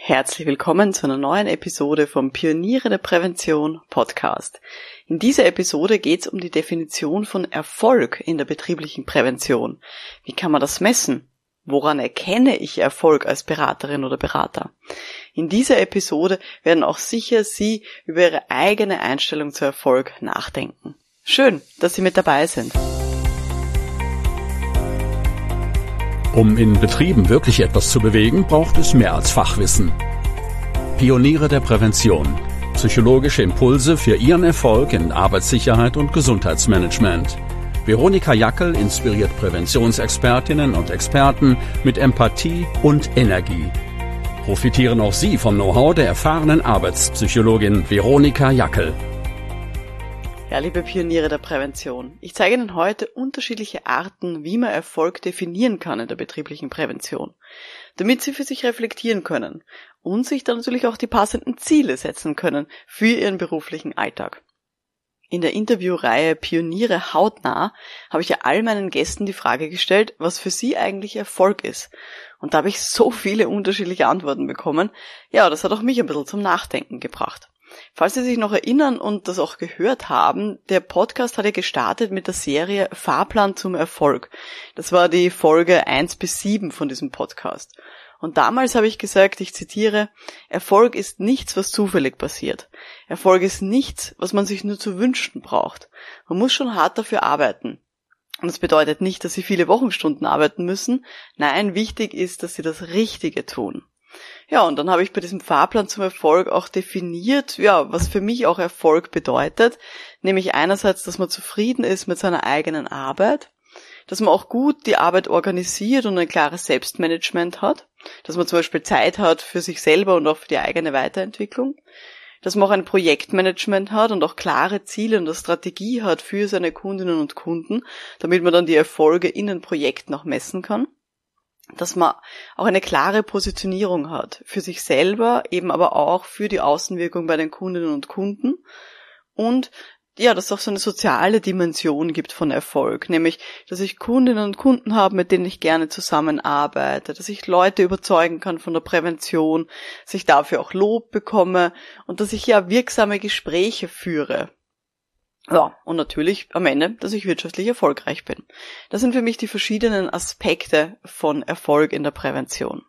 Herzlich willkommen zu einer neuen Episode vom Pioniere der Prävention Podcast. In dieser Episode geht es um die Definition von Erfolg in der betrieblichen Prävention. Wie kann man das messen? Woran erkenne ich Erfolg als Beraterin oder Berater? In dieser Episode werden auch sicher Sie über Ihre eigene Einstellung zu Erfolg nachdenken. Schön, dass Sie mit dabei sind. Um in Betrieben wirklich etwas zu bewegen, braucht es mehr als Fachwissen. Pioniere der Prävention. Psychologische Impulse für Ihren Erfolg in Arbeitssicherheit und Gesundheitsmanagement. Veronika Jackel inspiriert Präventionsexpertinnen und Experten mit Empathie und Energie. Profitieren auch Sie vom Know-how der erfahrenen Arbeitspsychologin Veronika Jackel. Ja, liebe Pioniere der Prävention, ich zeige Ihnen heute unterschiedliche Arten, wie man Erfolg definieren kann in der betrieblichen Prävention, damit Sie für sich reflektieren können und sich dann natürlich auch die passenden Ziele setzen können für Ihren beruflichen Alltag. In der Interviewreihe Pioniere hautnah habe ich ja all meinen Gästen die Frage gestellt, was für sie eigentlich Erfolg ist. Und da habe ich so viele unterschiedliche Antworten bekommen. Ja, das hat auch mich ein bisschen zum Nachdenken gebracht. Falls Sie sich noch erinnern und das auch gehört haben, der Podcast hat ja gestartet mit der Serie Fahrplan zum Erfolg. Das war die Folge 1-7 von diesem Podcast. Und damals habe ich gesagt, ich zitiere, Erfolg ist nichts, was zufällig passiert. Erfolg ist nichts, was man sich nur zu wünschen braucht. Man muss schon hart dafür arbeiten. Und das bedeutet nicht, dass Sie viele Wochenstunden arbeiten müssen. Nein, wichtig ist, dass Sie das Richtige tun. Ja, und dann habe ich bei diesem Fahrplan zum Erfolg auch definiert, ja, was für mich auch Erfolg bedeutet, nämlich einerseits, dass man zufrieden ist mit seiner eigenen Arbeit, dass man auch gut die Arbeit organisiert und ein klares Selbstmanagement hat, dass man zum Beispiel Zeit hat für sich selber und auch für die eigene Weiterentwicklung, dass man auch ein Projektmanagement hat und auch klare Ziele und eine Strategie hat für seine Kundinnen und Kunden, damit man dann die Erfolge in den Projekten auch messen kann. Dass man auch eine klare Positionierung hat für sich selber, eben aber auch für die Außenwirkung bei den Kundinnen und Kunden und ja, dass es auch so eine soziale Dimension gibt von Erfolg, nämlich, dass ich Kundinnen und Kunden habe, mit denen ich gerne zusammenarbeite, dass ich Leute überzeugen kann von der Prävention, dass ich dafür auch Lob bekomme und dass ich ja wirksame Gespräche führe. Ja, und natürlich am Ende, dass ich wirtschaftlich erfolgreich bin. Das sind für mich die verschiedenen Aspekte von Erfolg in der Prävention.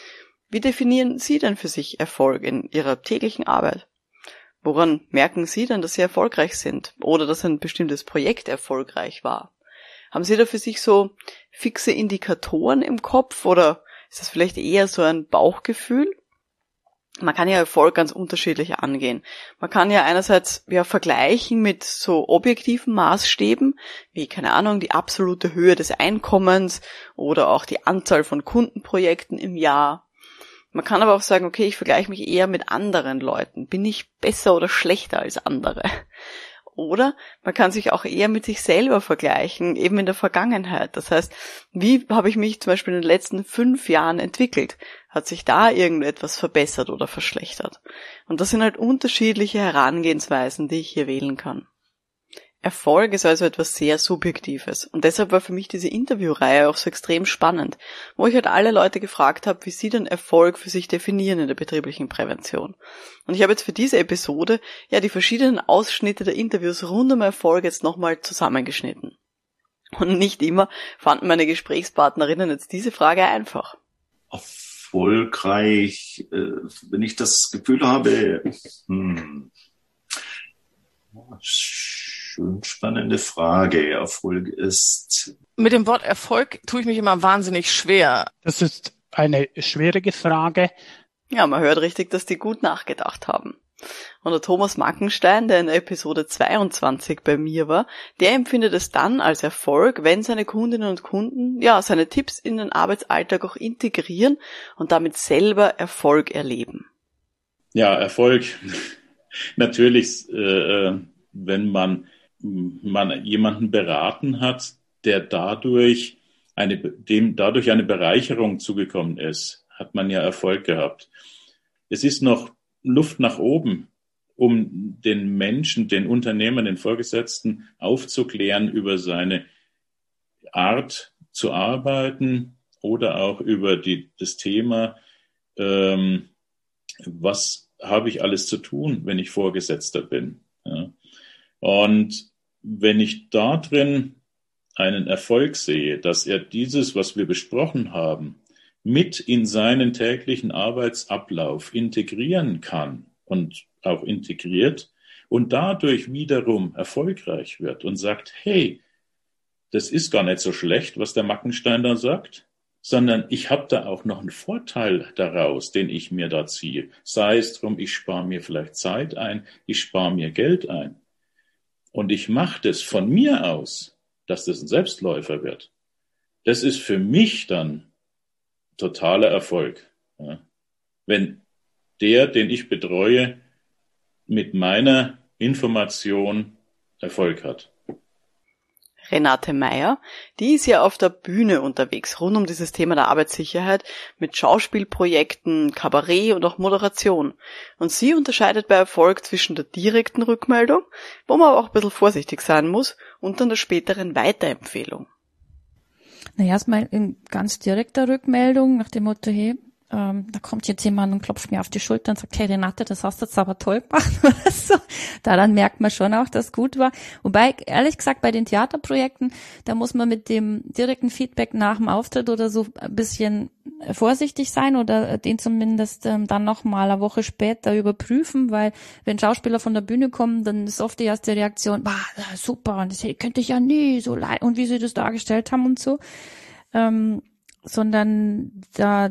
Wie definieren Sie denn für sich Erfolg in Ihrer täglichen Arbeit? Woran merken Sie denn, dass Sie erfolgreich sind oder dass ein bestimmtes Projekt erfolgreich war? Haben Sie da für sich so fixe Indikatoren im Kopf oder ist das vielleicht eher so ein Bauchgefühl? Man kann ja Erfolg ganz unterschiedlich angehen. Man kann ja einerseits vergleichen mit so objektiven Maßstäben, wie, keine Ahnung, die absolute Höhe des Einkommens oder auch die Anzahl von Kundenprojekten im Jahr. Man kann aber auch sagen, okay, ich vergleiche mich eher mit anderen Leuten. Bin ich besser oder schlechter als andere? Oder man kann sich auch eher mit sich selber vergleichen, eben in der Vergangenheit. Das heißt, wie habe ich mich zum Beispiel in den letzten 5 Jahren entwickelt? Hat sich da irgendetwas verbessert oder verschlechtert? Und das sind halt unterschiedliche Herangehensweisen, die ich hier wählen kann. Erfolg ist also etwas sehr Subjektives. Und deshalb war für mich diese Interviewreihe auch so extrem spannend, wo ich halt alle Leute gefragt habe, wie sie denn Erfolg für sich definieren in der betrieblichen Prävention. Und ich habe jetzt für diese Episode ja die verschiedenen Ausschnitte der Interviews rund um Erfolg jetzt nochmal zusammengeschnitten. Und nicht immer fanden meine Gesprächspartnerinnen jetzt diese Frage einfach. Erfolgreich, wenn ich das Gefühl habe, schön spannende Frage. Erfolg ist... Mit dem Wort Erfolg tue ich mich immer wahnsinnig schwer. Das ist eine schwierige Frage. Ja, man hört richtig, dass die gut nachgedacht haben. Und der Thomas Mackenstein, der in Episode 22 bei mir war, der empfindet es dann als Erfolg, wenn seine Kundinnen und Kunden seine Tipps in den Arbeitsalltag auch integrieren und damit selber Erfolg erleben. Ja, Erfolg. Natürlich, wenn man jemanden beraten hat, der dem dadurch eine Bereicherung zugekommen ist, hat man ja Erfolg gehabt. Es ist noch Luft nach oben, um den Menschen, den Unternehmern, den Vorgesetzten aufzuklären über seine Art zu arbeiten oder auch über das Thema, was habe ich alles zu tun, wenn ich Vorgesetzter bin? Ja. Und wenn ich da drin einen Erfolg sehe, dass er dieses, was wir besprochen haben, mit in seinen täglichen Arbeitsablauf integrieren kann und auch integriert und dadurch wiederum erfolgreich wird und sagt, hey, das ist gar nicht so schlecht, was der Mackenstein da sagt, sondern ich habe da auch noch einen Vorteil daraus, den ich mir da ziehe. Sei es drum, ich spare mir vielleicht Zeit ein, ich spare mir Geld ein. Und ich mache das von mir aus, dass das ein Selbstläufer wird. Das ist für mich dann totaler Erfolg. Ja. Wenn der, den ich betreue, mit meiner Information Erfolg hat. Renate Meyer, die ist ja auf der Bühne unterwegs, rund um dieses Thema der Arbeitssicherheit, mit Schauspielprojekten, Kabarett und auch Moderation. Und sie unterscheidet bei Erfolg zwischen der direkten Rückmeldung, wo man aber auch ein bisschen vorsichtig sein muss, und dann der späteren Weiterempfehlung. Naja, erstmal in ganz direkter Rückmeldung nach dem Motto, hey, da kommt jetzt jemand und klopft mir auf die Schulter und sagt, hey Renate, das hast du jetzt aber toll gemacht oder so. Daran merkt man schon auch, dass es gut war. Wobei, ehrlich gesagt, bei den Theaterprojekten, da muss man mit dem direkten Feedback nach dem Auftritt oder so ein bisschen vorsichtig sein oder den zumindest dann nochmal eine Woche später überprüfen, weil wenn Schauspieler von der Bühne kommen, dann ist oft die erste Reaktion, super, und das könnte ich ja nie so leid, und wie sie das dargestellt haben und so. Sondern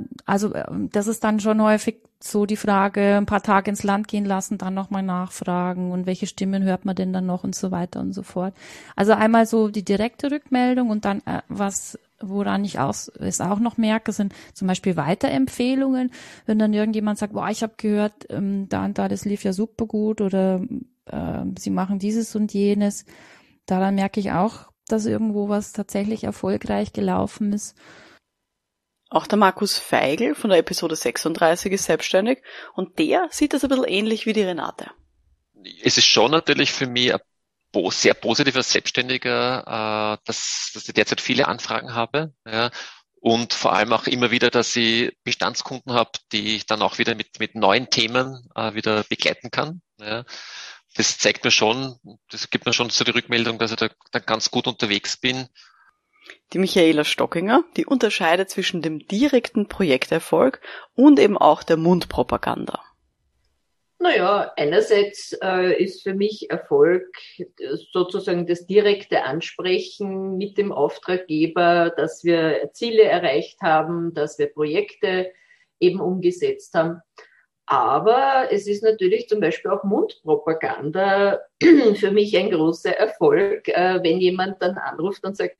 das ist dann schon häufig so die Frage, ein paar Tage ins Land gehen lassen, dann nochmal nachfragen und welche Stimmen hört man denn dann noch und so weiter und so fort. Also einmal so die direkte Rückmeldung und dann woran ich es auch noch merke, sind zum Beispiel Weiterempfehlungen, wenn dann irgendjemand sagt, ich habe gehört, da und da, das lief ja super gut oder sie machen dieses und jenes. Daran merke ich auch, dass irgendwo was tatsächlich erfolgreich gelaufen ist. Auch der Markus Feigl von der Episode 36 ist selbstständig und der sieht das ein bisschen ähnlich wie die Renate. Es ist schon natürlich für mich ein sehr positiver Selbstständiger, dass ich derzeit viele Anfragen habe, ja, und vor allem auch immer wieder, dass ich Bestandskunden habe, die ich dann auch wieder mit neuen Themen wieder begleiten kann. Ja. Das zeigt mir schon, das gibt mir schon so die Rückmeldung, dass ich da ganz gut unterwegs bin. Die Michaela Stockinger, die unterscheidet zwischen dem direkten Projekterfolg und eben auch der Mundpropaganda. Naja, einerseits ist für mich Erfolg sozusagen das direkte Ansprechen mit dem Auftraggeber, dass wir Ziele erreicht haben, dass wir Projekte eben umgesetzt haben. Aber es ist natürlich zum Beispiel auch Mundpropaganda für mich ein großer Erfolg, wenn jemand dann anruft und sagt,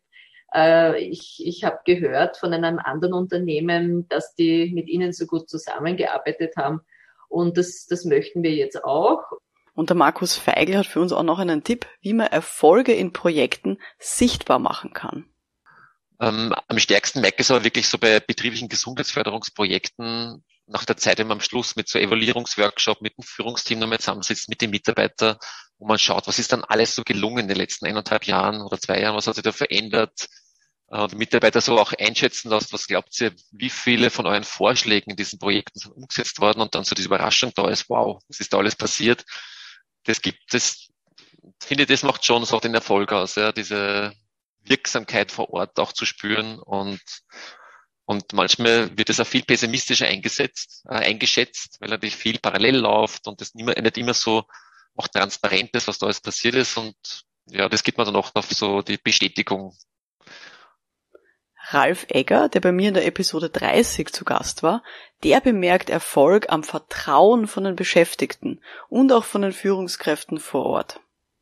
ich habe gehört von einem anderen Unternehmen, dass die mit Ihnen so gut zusammengearbeitet haben und das möchten wir jetzt auch. Und der Markus Feigl hat für uns auch noch einen Tipp, wie man Erfolge in Projekten sichtbar machen kann. Am stärksten merke ich es aber wirklich so bei betrieblichen Gesundheitsförderungsprojekten nach der Zeit, wenn man am Schluss mit so Evaluierungsworkshop, mit dem Führungsteam nochmal zusammensitzt, mit den Mitarbeitern, wo man schaut, was ist dann alles so gelungen in den letzten 1,5 Jahren oder 2 Jahren, was hat sich da verändert, und die Mitarbeiter so auch einschätzen lässt, was glaubt ihr, wie viele von euren Vorschlägen in diesen Projekten sind umgesetzt worden und dann so diese Überraschung da ist, wow, was ist da alles passiert? Finde ich, das macht schon so den Erfolg aus, ja, diese Wirksamkeit vor Ort auch zu spüren und manchmal wird es auch viel pessimistischer eingeschätzt, weil natürlich viel parallel läuft und das nicht immer so auch transparent ist, was da alles passiert ist und ja, das gibt man dann auch noch so die Bestätigung. Ralf Egger, der bei mir in der Episode 30 zu Gast war, der bemerkt Erfolg am Vertrauen von den Beschäftigten und auch von den Führungskräften vor Ort.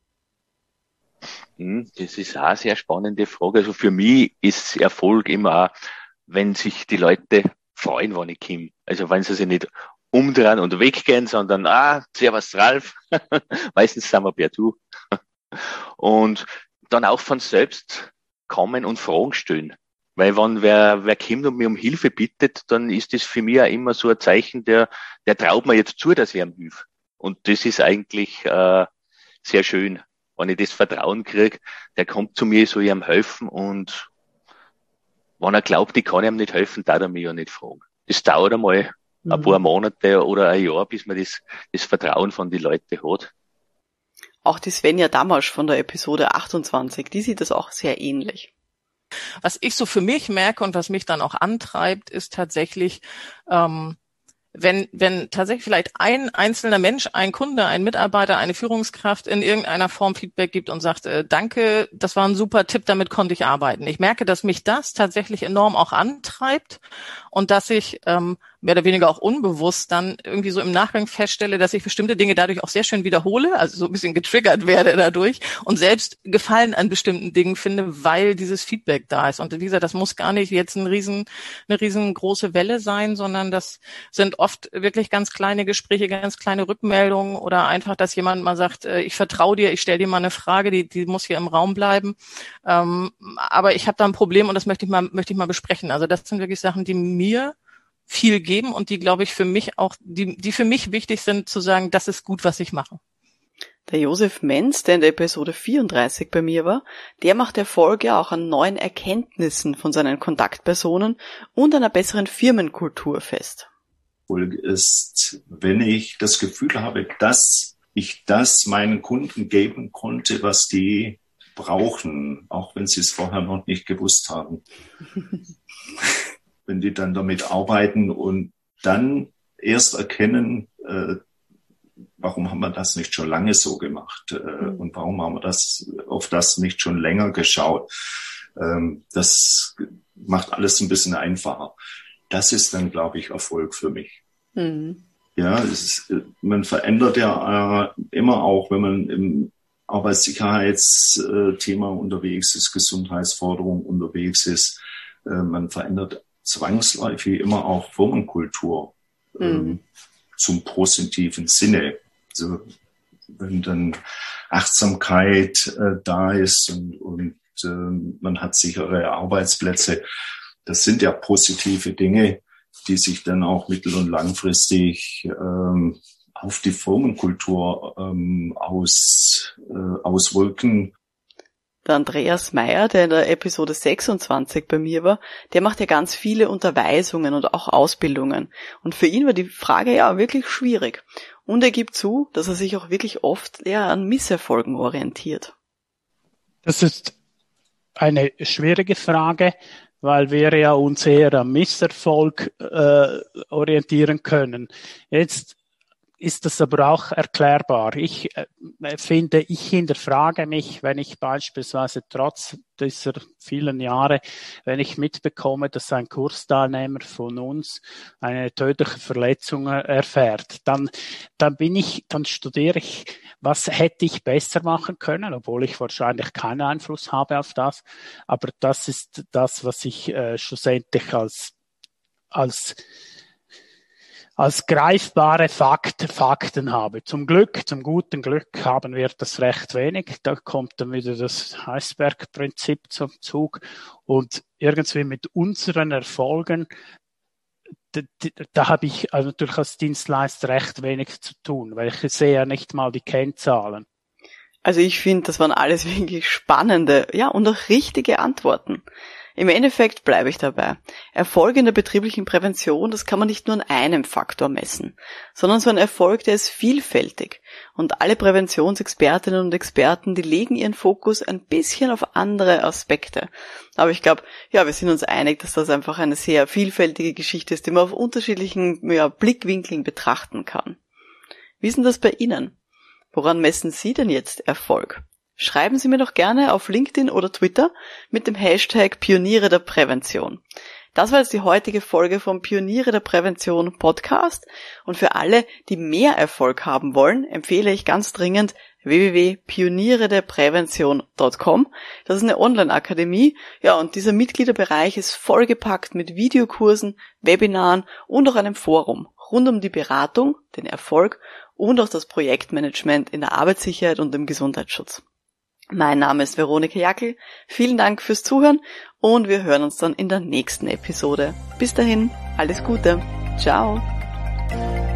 Das ist auch eine sehr spannende Frage. Also für mich ist Erfolg immer auch, wenn sich die Leute freuen, wenn ich komme. Also wenn sie sich nicht umdrehen und weggehen, sondern, servus Ralf, meistens sind wir per Du. Und dann auch von selbst kommen und Fragen stellen. Weil wenn wer kommt und mir um Hilfe bittet, dann ist das für mich auch immer so ein Zeichen, der traut mir jetzt zu, dass ich ihm hilf. Und das ist eigentlich sehr schön, wenn ich das Vertrauen kriege, der kommt zu mir, soll ich ihm helfen und wenn er glaubt, ich kann ihm nicht helfen, darf er mich ja nicht fragen. Das dauert einmal ein paar Monate oder ein Jahr, bis man das Vertrauen von den Leuten hat. Auch die Svenja Damasch von der Episode 28, die sieht das auch sehr ähnlich. Was ich so für mich merke und was mich dann auch antreibt, ist tatsächlich, wenn tatsächlich vielleicht ein einzelner Mensch, ein Kunde, ein Mitarbeiter, eine Führungskraft in irgendeiner Form Feedback gibt und sagt, danke, das war ein super Tipp, damit konnte ich arbeiten. Ich merke, dass mich das tatsächlich enorm auch antreibt und dass ich mehr oder weniger auch unbewusst dann irgendwie so im Nachgang feststelle, dass ich bestimmte Dinge dadurch auch sehr schön wiederhole, also so ein bisschen getriggert werde dadurch und selbst Gefallen an bestimmten Dingen finde, weil dieses Feedback da ist. Und wie gesagt, das muss gar nicht jetzt eine riesengroße Welle sein, sondern das sind oft wirklich ganz kleine Gespräche, ganz kleine Rückmeldungen oder einfach, dass jemand mal sagt, ich vertraue dir, ich stelle dir mal eine Frage, die muss hier im Raum bleiben. Aber ich habe da ein Problem und das möchte ich mal besprechen. Also das sind wirklich Sachen, die mir viel geben und die, glaube ich, für mich auch, die für mich wichtig sind, zu sagen, das ist gut, was ich mache. Der Josef Menz, der in der Episode 34 bei mir war, der macht Erfolg ja auch an neuen Erkenntnissen von seinen Kontaktpersonen und einer besseren Firmenkultur fest. Erfolg ist, wenn ich das Gefühl habe, dass ich das meinen Kunden geben konnte, was die brauchen, auch wenn sie es vorher noch nicht gewusst haben. Wenn die dann damit arbeiten und dann erst erkennen, warum haben wir das nicht schon lange so gemacht und warum haben wir auf das nicht schon länger geschaut. Das macht alles ein bisschen einfacher. Das ist dann, glaube ich, Erfolg für mich. Mhm. Ja, man verändert ja immer auch, wenn man im Arbeitssicherheitsthema unterwegs ist, Gesundheitsforderung unterwegs ist, man verändert zwangsläufig immer auch Firmenkultur zum positiven Sinne. Also wenn dann Achtsamkeit da ist und man hat sichere Arbeitsplätze, das sind ja positive Dinge, die sich dann auch mittel- und langfristig auf die Firmenkultur auswirken. Der Andreas Meyer, der in der Episode 26 bei mir war, der macht ja ganz viele Unterweisungen und auch Ausbildungen. Und für ihn war die Frage ja wirklich schwierig. Und er gibt zu, dass er sich auch wirklich oft eher an Misserfolgen orientiert. Das ist eine schwierige Frage, weil wir ja uns eher am Misserfolg orientieren können. Jetzt ist das aber auch erklärbar. Ich finde, ich hinterfrage mich, wenn ich beispielsweise trotz dieser vielen Jahre, wenn ich mitbekomme, dass ein Kursteilnehmer von uns eine tödliche Verletzung erfährt, dann studiere ich, was hätte ich besser machen können, obwohl ich wahrscheinlich keinen Einfluss habe auf das. Aber das ist das, was ich schlussendlich als greifbare Fakten habe. Zum guten Glück haben wir das recht wenig. Da kommt dann wieder das Eisbergprinzip zum Zug. Und irgendwie mit unseren Erfolgen, da habe ich also natürlich als Dienstleister recht wenig zu tun, weil ich sehe ja nicht mal die Kennzahlen. Also ich finde, das waren alles wirklich spannende, ja, und auch richtige Antworten. Im Endeffekt bleibe ich dabei. Erfolg in der betrieblichen Prävention, das kann man nicht nur an einem Faktor messen, sondern so ein Erfolg, der ist vielfältig. Und alle Präventionsexpertinnen und Experten, die legen ihren Fokus ein bisschen auf andere Aspekte. Aber ich glaube, ja, wir sind uns einig, dass das einfach eine sehr vielfältige Geschichte ist, die man auf unterschiedlichen Blickwinkeln betrachten kann. Wie ist denn das bei Ihnen? Woran messen Sie denn jetzt Erfolg? Schreiben Sie mir doch gerne auf LinkedIn oder Twitter mit dem Hashtag Pioniere der Prävention. Das war jetzt die heutige Folge vom Pioniere der Prävention Podcast. Und für alle, die mehr Erfolg haben wollen, empfehle ich ganz dringend www.pionierederprävention.com. Das ist eine Online-Akademie. Ja, und dieser Mitgliederbereich ist vollgepackt mit Videokursen, Webinaren und auch einem Forum rund um die Beratung, den Erfolg und auch das Projektmanagement in der Arbeitssicherheit und im Gesundheitsschutz. Mein Name ist Veronika Jackel. Vielen Dank fürs Zuhören und wir hören uns dann in der nächsten Episode. Bis dahin, alles Gute. Ciao.